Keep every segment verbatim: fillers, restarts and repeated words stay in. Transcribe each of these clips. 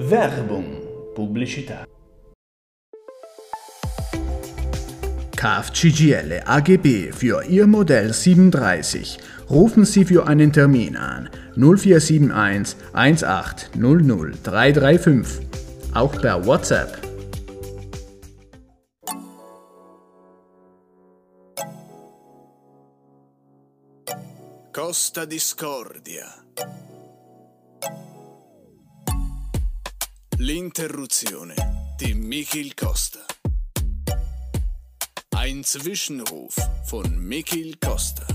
Werbung, Pubblicità. K F C G L A G B für Ihr Modell siebenunddreißig. Rufen Sie für einen Termin an null vier sieben eins eins acht null null drei drei fünf, auch per WhatsApp. Costa Discordia. L'interruzione di Michiel Costa. Ein Zwischenruf von Michiel Costa.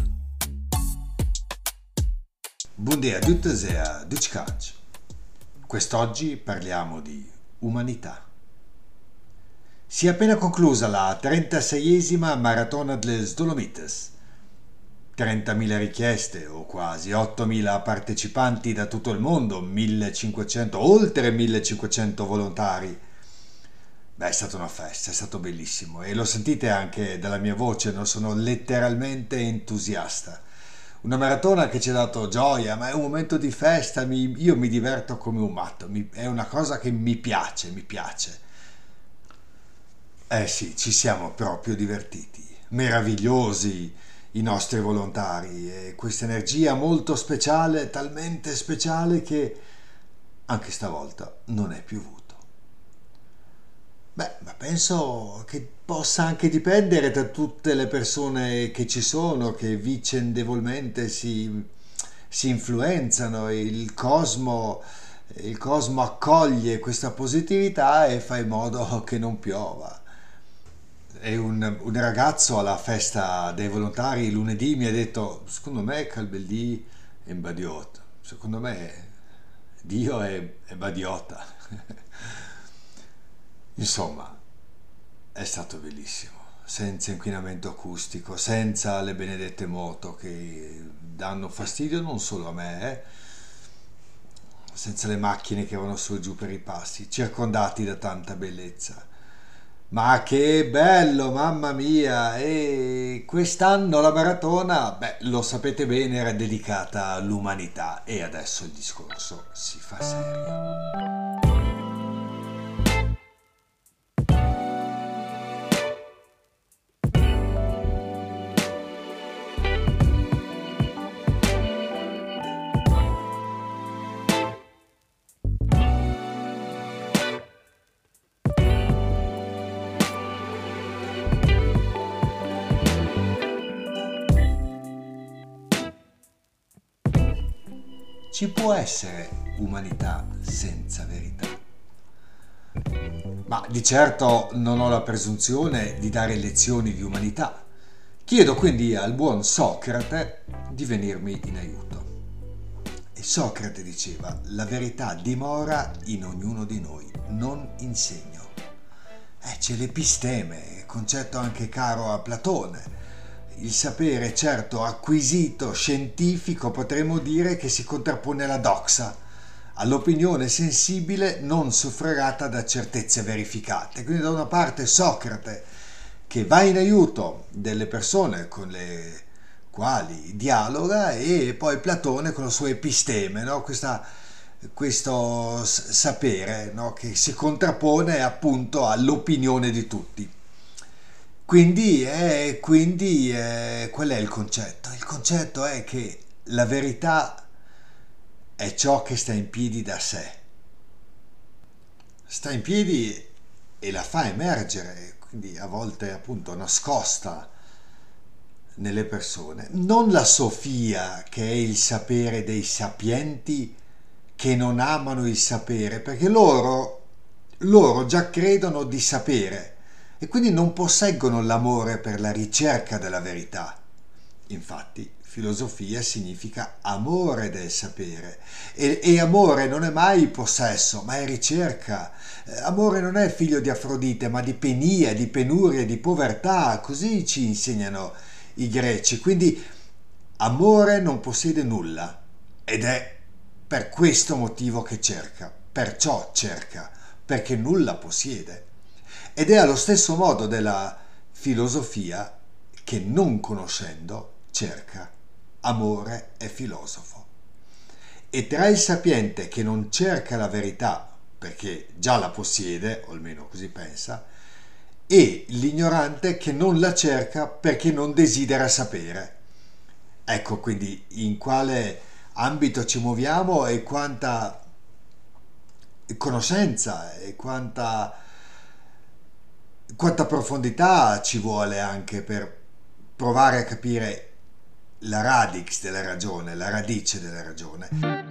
Buongiorno a tutti e a tutti. Quest'oggi parliamo di umanità. Si è appena conclusa la trentaseiesima Maratona delle Dolomites. trentamila richieste o quasi ottomila partecipanti da tutto il mondo, millecinquecento, oltre millecinquecento volontari. Beh, è stata una festa, è stato bellissimo e lo sentite anche dalla mia voce, non sono letteralmente entusiasta. Una maratona che ci ha dato gioia, ma è un momento di festa, mi, io mi diverto come un matto, mi, è una cosa che mi piace, mi piace. Eh sì, ci siamo proprio divertiti, meravigliosi i nostri volontari e questa energia molto speciale, talmente speciale che anche stavolta non è piovuto. Beh, ma penso che possa anche dipendere da tutte le persone che ci sono, che vicendevolmente si, si influenzano, e il cosmo, il cosmo accoglie questa positività e fa in modo che non piova. E un, un ragazzo alla festa dei volontari lunedì mi ha detto: secondo me Calbelli è un badiota, secondo me Dio è, è badiota. Insomma, è stato bellissimo, senza inquinamento acustico, senza le benedette moto che danno fastidio non solo a me, eh? Senza le macchine che vanno su e giù per i passi, circondati da tanta bellezza. Ma che bello, mamma mia! E quest'anno la maratona, beh, lo sapete bene, era dedicata all'umanità e adesso il discorso si fa serio. Ci può essere umanità senza verità? Ma di certo non ho la presunzione di dare lezioni di umanità. Chiedo quindi al buon Socrate di venirmi in aiuto. E Socrate diceva: la verità dimora in ognuno di noi, non in segno. Eh, c'è l'episteme, concetto anche caro a Platone. Il sapere, certo, acquisito, scientifico, potremmo dire che si contrappone alla doxa, all'opinione sensibile non suffragata da certezze verificate. Quindi da una parte Socrate, che va in aiuto delle persone con le quali dialoga, e poi Platone con il suo episteme, no? Questa, questo sapere, no? Che si contrappone appunto all'opinione di tutti. Quindi, eh, quindi eh, qual è il concetto? Il concetto è che la verità è ciò che sta in piedi da sé. Sta in piedi e la fa emergere, quindi a volte appunto nascosta nelle persone. Non la sofia, che è il sapere dei sapienti che non amano il sapere, perché loro, loro già credono di sapere, e quindi non posseggono l'amore per la ricerca della verità. Infatti, filosofia significa amore del sapere, e, e amore non è mai possesso, ma è ricerca. Eh, amore non è figlio di Afrodite, ma di penia, di penuria, di povertà, così ci insegnano i greci. Quindi amore non possiede nulla, ed è per questo motivo che cerca, perciò cerca, perché nulla possiede. Ed è allo stesso modo della filosofia che, non conoscendo, cerca. Amore è filosofo. E tra il sapiente che non cerca la verità perché già la possiede, o almeno così pensa, e l'ignorante che non la cerca perché non desidera sapere. Ecco quindi in quale ambito ci muoviamo e quanta conoscenza e quanta, quanta profondità ci vuole anche per provare a capire la radix della ragione, la radice della ragione.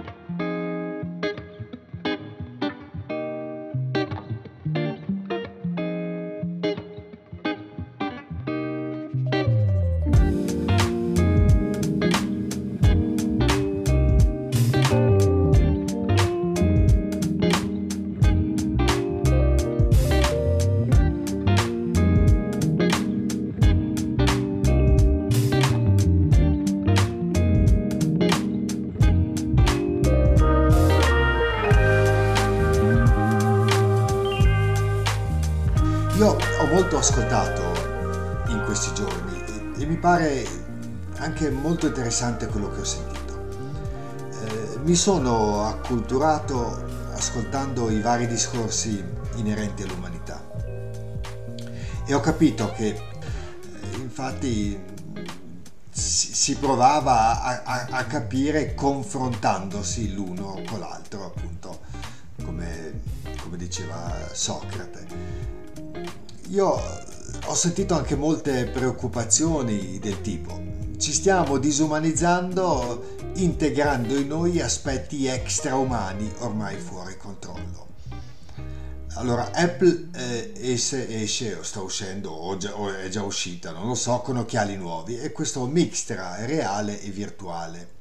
Io ho molto ascoltato in questi giorni e, e mi pare anche molto interessante quello che ho sentito. Eh, mi sono acculturato ascoltando i vari discorsi inerenti all'umanità e ho capito che eh, infatti si, si provava a, a, a capire confrontandosi l'uno con l'altro, appunto, come, come diceva Socrate. Io ho sentito anche molte preoccupazioni del tipo: ci stiamo disumanizzando integrando in noi aspetti extraumani ormai fuori controllo. Allora, Apple eh, esce, esce o sta uscendo o, già, o è già uscita, non lo so, con occhiali nuovi, e questo mix tra reale e virtuale.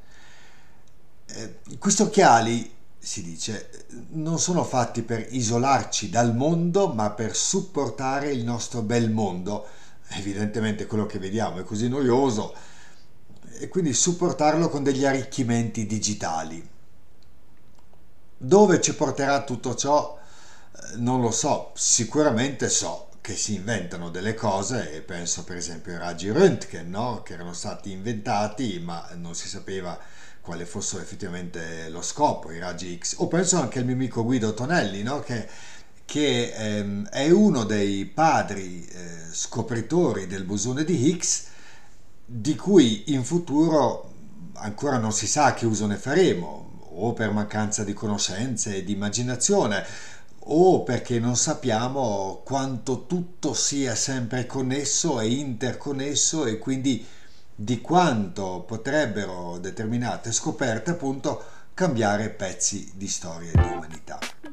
Eh, questi occhiali, si dice, non sono fatti per isolarci dal mondo, ma per supportare il nostro bel mondo. Evidentemente quello che vediamo è così noioso, e quindi supportarlo con degli arricchimenti digitali. Dove ci porterà tutto ciò? Non lo so. Sicuramente so che si inventano delle cose, e penso per esempio ai raggi Röntgen, no? Che erano stati inventati ma non si sapeva quale fosse effettivamente lo scopo, i raggi X. O penso anche al mio amico Guido Tonelli, no? che, che ehm, è uno dei padri eh, scopritori del bosone di Higgs, di cui in futuro ancora non si sa che uso ne faremo, o per mancanza di conoscenze e di immaginazione, o perché non sappiamo quanto tutto sia sempre connesso e interconnesso, e quindi di quanto potrebbero determinate scoperte appunto cambiare pezzi di storia e di umanità.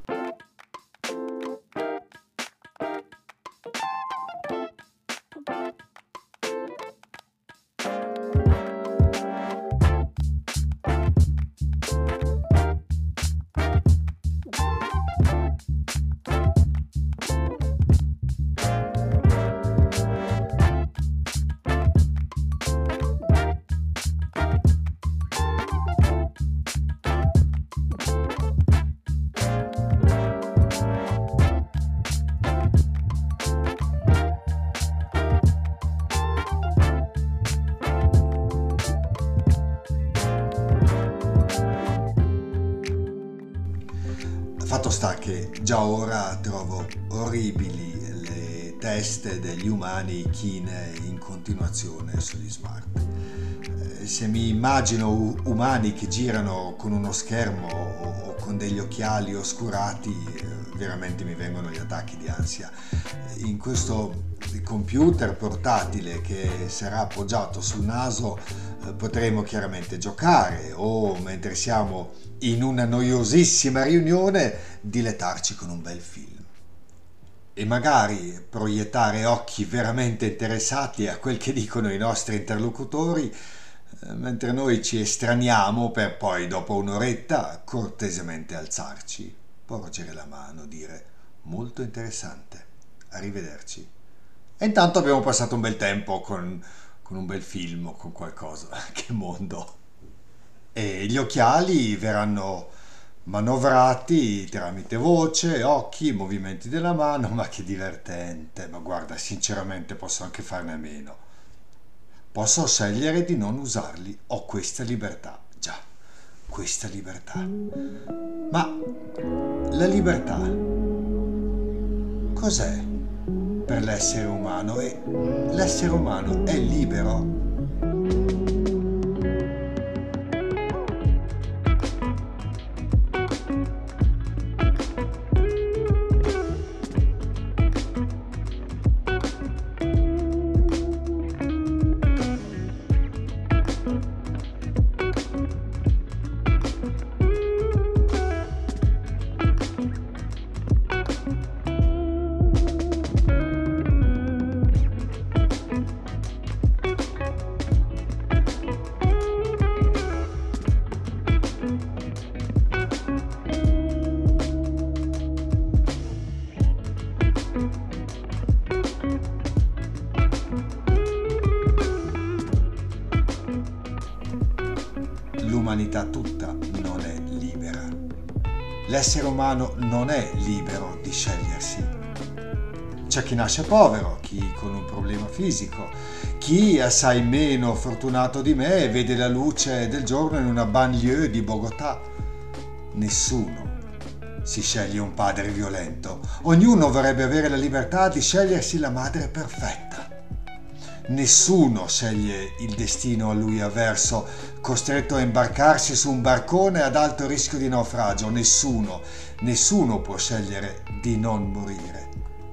Fatto sta che già ora trovo orribili le teste degli umani chine in continuazione sugli smart. Eh, se mi immagino umani che girano con uno schermo o, o con degli occhiali oscurati, eh, veramente mi vengono gli attacchi di ansia. In questo computer portatile che sarà appoggiato sul naso eh, potremo chiaramente giocare, o mentre siamo in una noiosissima riunione dilettarci con un bel film e magari proiettare occhi veramente interessati a quel che dicono i nostri interlocutori, eh, mentre noi ci estraniamo per poi dopo un'oretta cortesemente alzarci, porgere la mano, dire molto interessante, arrivederci. E intanto abbiamo passato un bel tempo con, con un bel film o con qualcosa. Che mondo! E gli occhiali verranno manovrati tramite voce, occhi, movimenti della mano, ma che divertente! Ma guarda, sinceramente posso anche farne a meno. Posso scegliere di non usarli, ho questa libertà, già, questa libertà. Ma La libertà cos'è per l'essere umano? E l'essere umano è libero? L'umanità tutta non è libera. L'essere umano non è libero di scegliersi. C'è chi nasce povero, chi con un problema fisico, chi assai meno fortunato di me vede la luce del giorno in una banlieue di Bogotà. Nessuno si sceglie un padre violento. Ognuno vorrebbe avere la libertà di scegliersi la madre perfetta. Nessuno sceglie il destino a lui avverso, costretto a imbarcarsi su un barcone ad alto rischio di naufragio. Nessuno, nessuno può scegliere di non morire.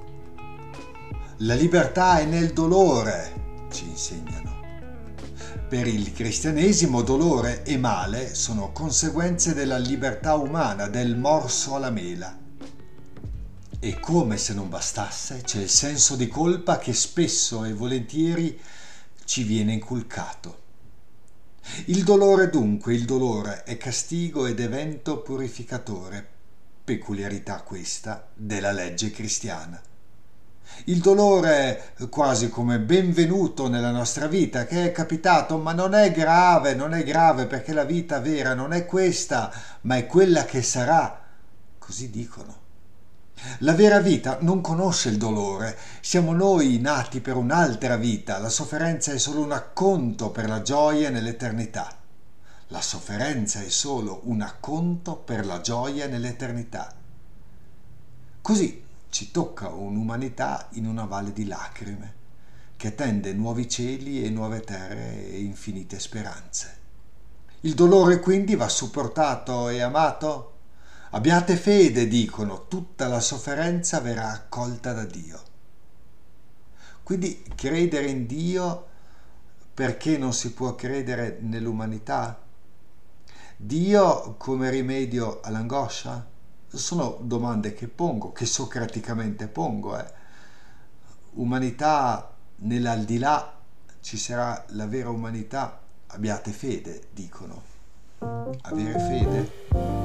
La libertà è nel dolore, ci insegnano. Per il cristianesimo dolore e male sono conseguenze della libertà umana, del morso alla mela. E come se non bastasse, c'è il senso di colpa che spesso e volentieri ci viene inculcato. Il dolore dunque, il dolore è castigo ed evento purificatore, peculiarità questa della legge cristiana. Il dolore è quasi come benvenuto nella nostra vita, che è capitato, ma non è grave, non è grave perché la vita vera non è questa, ma è quella che sarà, così dicono. La vera vita non conosce il dolore, siamo noi nati per un'altra vita, la sofferenza è solo un acconto per la gioia nell'eternità. La sofferenza è solo un acconto per la gioia nell'eternità. Così ci tocca un'umanità in una valle di lacrime, che attende nuovi cieli e nuove terre e infinite speranze. Il dolore quindi va supportato e amato? Abbiate fede, dicono, tutta la sofferenza verrà accolta da Dio. Quindi credere in Dio perché non si può credere nell'umanità? Dio come rimedio all'angoscia? Sono domande che pongo, che socraticamente pongo. Eh. Umanità nell'aldilà, ci sarà la vera umanità? Abbiate fede, dicono. Avere fede?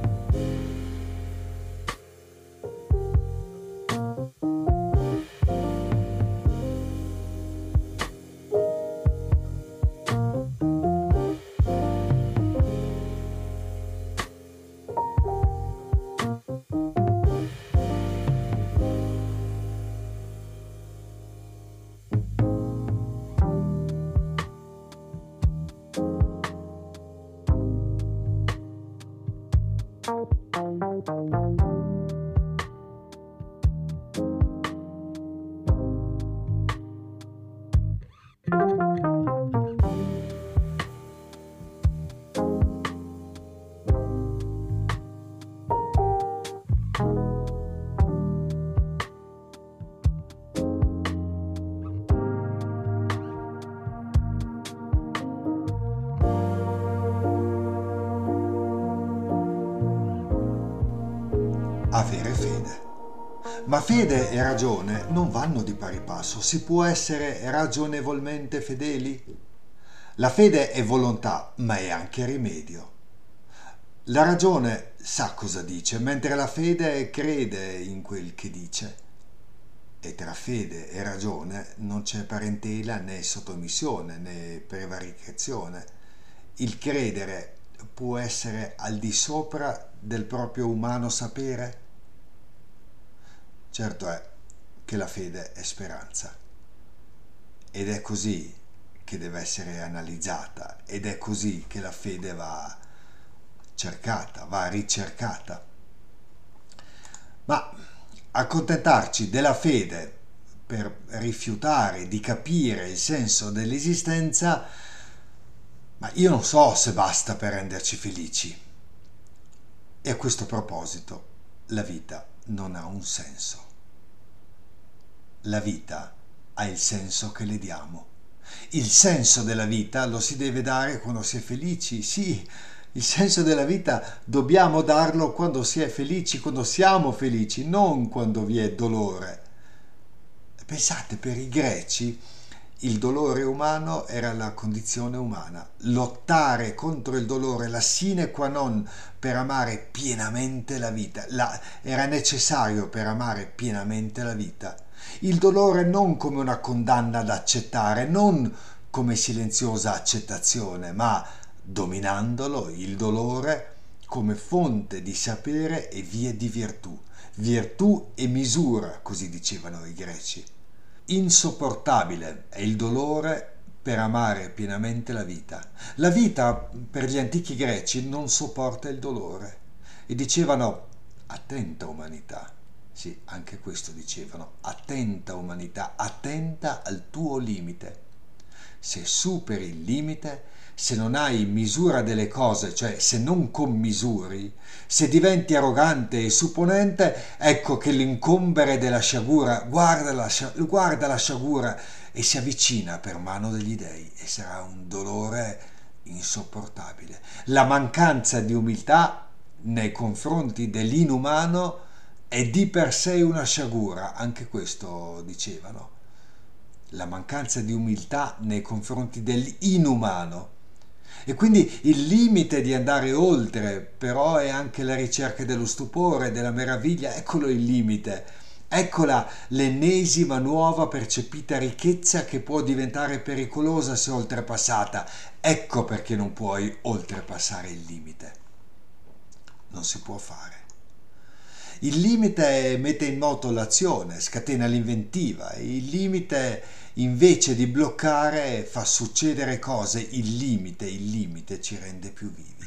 Avere fede. Ma fede e ragione non vanno di pari passo. Si può essere ragionevolmente fedeli? La fede è volontà, ma è anche rimedio. La ragione sa cosa dice, mentre la fede crede in quel che dice. E tra fede e ragione non c'è parentela né sottomissione né prevaricazione. Il credere può essere al di sopra del proprio umano sapere? Certo è che la fede è speranza ed è così che deve essere analizzata ed è così che la fede va cercata, va ricercata. Ma accontentarci della fede per rifiutare di capire il senso dell'esistenza, ma io non so se basta per renderci felici. E a questo proposito, la vita non ha un senso. La vita ha il senso che le diamo. Il senso della vita lo si deve dare quando si è felici, sì. Il senso della vita dobbiamo darlo quando si è felici, quando siamo felici, non quando vi è dolore. Pensate, per i greci il dolore umano era la condizione umana. Lottare contro il dolore, la sine qua non per amare pienamente la vita. La, era necessario per amare pienamente la vita. Il dolore non come una condanna da accettare, non come silenziosa accettazione, ma dominandolo, il dolore, come fonte di sapere e via di virtù. Virtù e misura, così dicevano i greci. Insopportabile è il dolore per amare pienamente la vita. La vita, per gli antichi greci, non sopporta il dolore. E dicevano, attenta umanità. Sì, anche questo dicevano, attenta umanità, attenta al tuo limite. Se superi il limite, se non hai misura delle cose, cioè se non commisuri, se diventi arrogante e supponente, ecco che l'incombere della sciagura, guarda la, guarda la sciagura e si avvicina per mano degli dèi e sarà un dolore insopportabile. La mancanza di umiltà nei confronti dell'inumano è di per sé una sciagura, anche questo dicevano. La mancanza di umiltà nei confronti dell'inumano. E quindi il limite di andare oltre, però, è anche la ricerca dello stupore, della meraviglia. Eccolo il limite. Eccola l'ennesima nuova percepita ricchezza che può diventare pericolosa se oltrepassata. Ecco perché non puoi oltrepassare il limite. Non si può fare. Il limite mette in moto l'azione, scatena l'inventiva. Il limite, invece di bloccare, fa succedere cose. Il limite, il limite ci rende più vivi.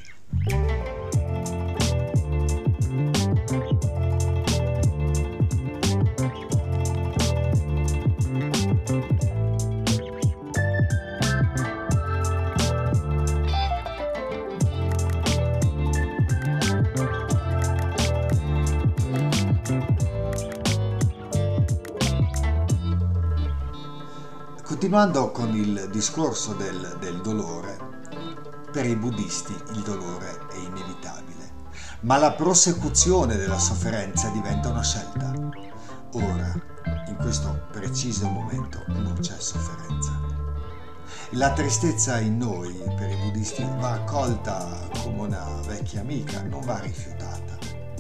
Continuando con il discorso del, del dolore, per i buddisti il dolore è inevitabile, ma la prosecuzione della sofferenza diventa una scelta. Ora, in questo preciso momento, non c'è sofferenza. La tristezza in noi, per i buddisti, va accolta come una vecchia amica, non va rifiutata.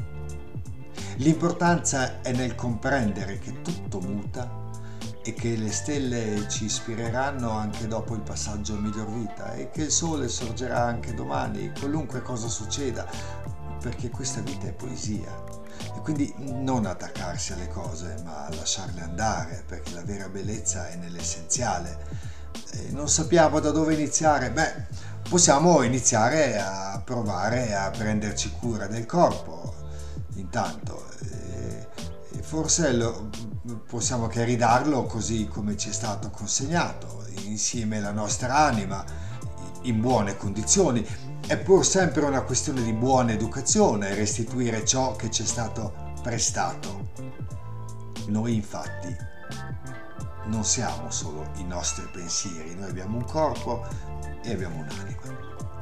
L'importanza è nel comprendere che tutto muta e che le stelle ci ispireranno anche dopo il passaggio a miglior vita e che il sole sorgerà anche domani, qualunque cosa succeda, perché questa vita è poesia. E quindi non attaccarsi alle cose, ma lasciarle andare, perché la vera bellezza è nell'essenziale. E non sappiamo da dove iniziare? Beh, possiamo iniziare a provare a prenderci cura del corpo, intanto. E, e forse lo, possiamo che ridarlo così come ci è stato consegnato, insieme alla nostra anima, in buone condizioni. È pur sempre una questione di buona educazione restituire ciò che ci è stato prestato. Noi infatti non siamo solo i nostri pensieri, noi abbiamo un corpo e abbiamo un'anima.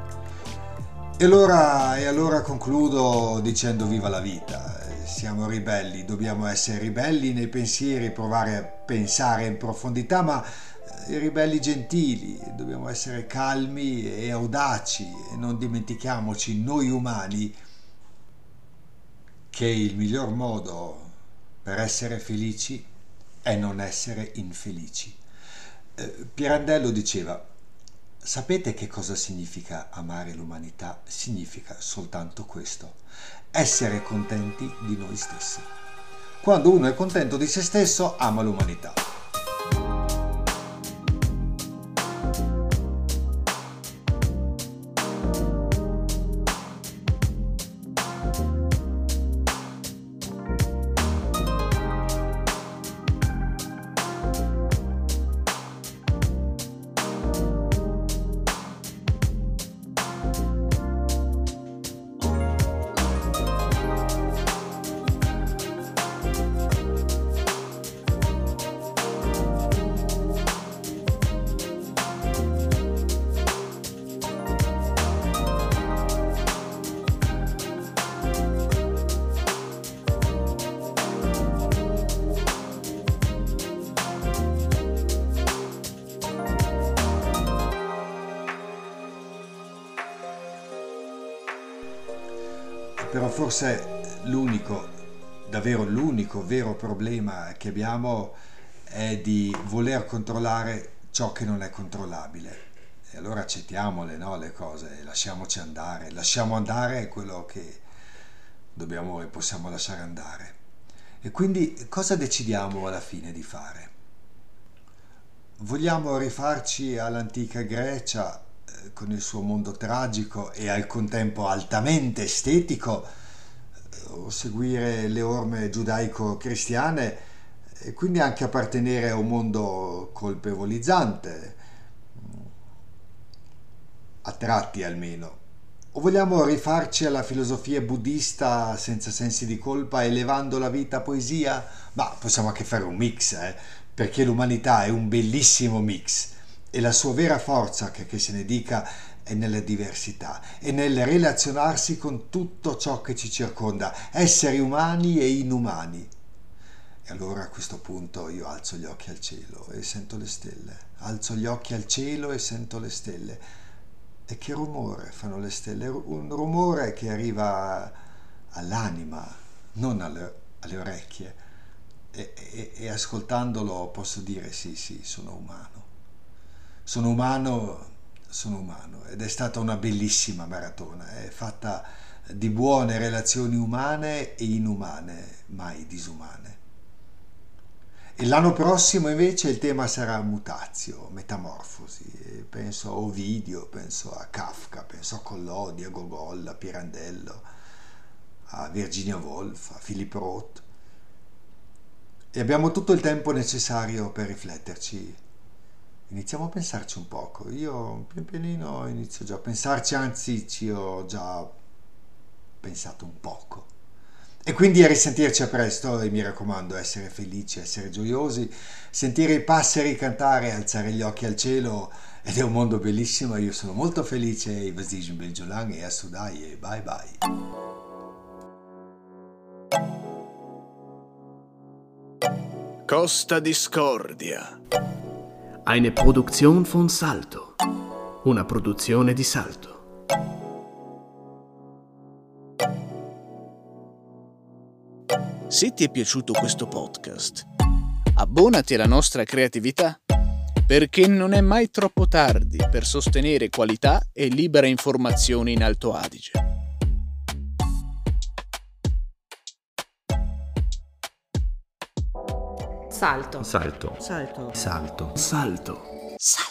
E allora, e allora concludo dicendo viva la vita. Siamo ribelli, dobbiamo essere ribelli nei pensieri, provare a pensare in profondità, ma ribelli gentili, dobbiamo essere calmi e audaci e non dimentichiamoci, noi umani, che il miglior modo per essere felici è non essere infelici. Eh, Pirandello diceva: sapete che cosa significa amare l'umanità? Significa soltanto questo: essere contenti di noi stessi. Quando uno è contento di se stesso, ama l'umanità. forse l'unico, davvero l'unico vero problema che abbiamo è di voler controllare ciò che non è controllabile. E allora accettiamole, no, le cose, lasciamoci andare, lasciamo andare quello che dobbiamo e possiamo lasciare andare. E quindi cosa decidiamo alla fine di fare? Vogliamo rifarci all'antica Grecia eh, con il suo mondo tragico e al contempo altamente estetico, eh, o seguire le orme giudaico-cristiane e quindi anche appartenere a un mondo colpevolizzante, a tratti almeno? O vogliamo rifarci alla filosofia buddista senza sensi di colpa, elevando la vita a poesia? Ma possiamo anche fare un mix, eh? Perché l'umanità è un bellissimo mix e la sua vera forza, che, che se ne dica, è nella diversità e nel relazionarsi con tutto ciò che ci circonda, esseri umani e inumani. E allora a questo punto io alzo gli occhi al cielo e sento le stelle, alzo gli occhi al cielo e sento le stelle. E che rumore fanno le stelle? Un rumore che arriva all'anima, non alle, alle orecchie. E, e, e ascoltandolo posso dire sì, sì, sono umano. Sono umano, sono umano. Ed è stata una bellissima maratona, è fatta di buone relazioni umane e inumane, mai disumane. E l'anno prossimo invece il tema sarà mutazio, metamorfosi. Penso a Ovidio, penso a Kafka, penso a Collodi, a Gogol, a Pirandello, a Virginia Woolf, a Philip Roth. E abbiamo tutto il tempo necessario per rifletterci. Iniziamo a pensarci un poco. Io pian pianino inizio già a pensarci, anzi ci ho già pensato un poco. E quindi a risentirci a presto e mi raccomando, essere felici, essere gioiosi, sentire i passeri cantare, alzare gli occhi al cielo, ed è un mondo bellissimo. Io sono molto felice, e vazijin beljolang e assudai e bye bye. Costa Discordia. Eine Produktion von Salto. Una produzione di Salto. Se ti è piaciuto questo podcast, abbonati alla nostra creatività, perché non è mai troppo tardi per sostenere qualità e libera informazione in Alto Adige. Salto. Salto. Salto. Salto. Salto. Salto.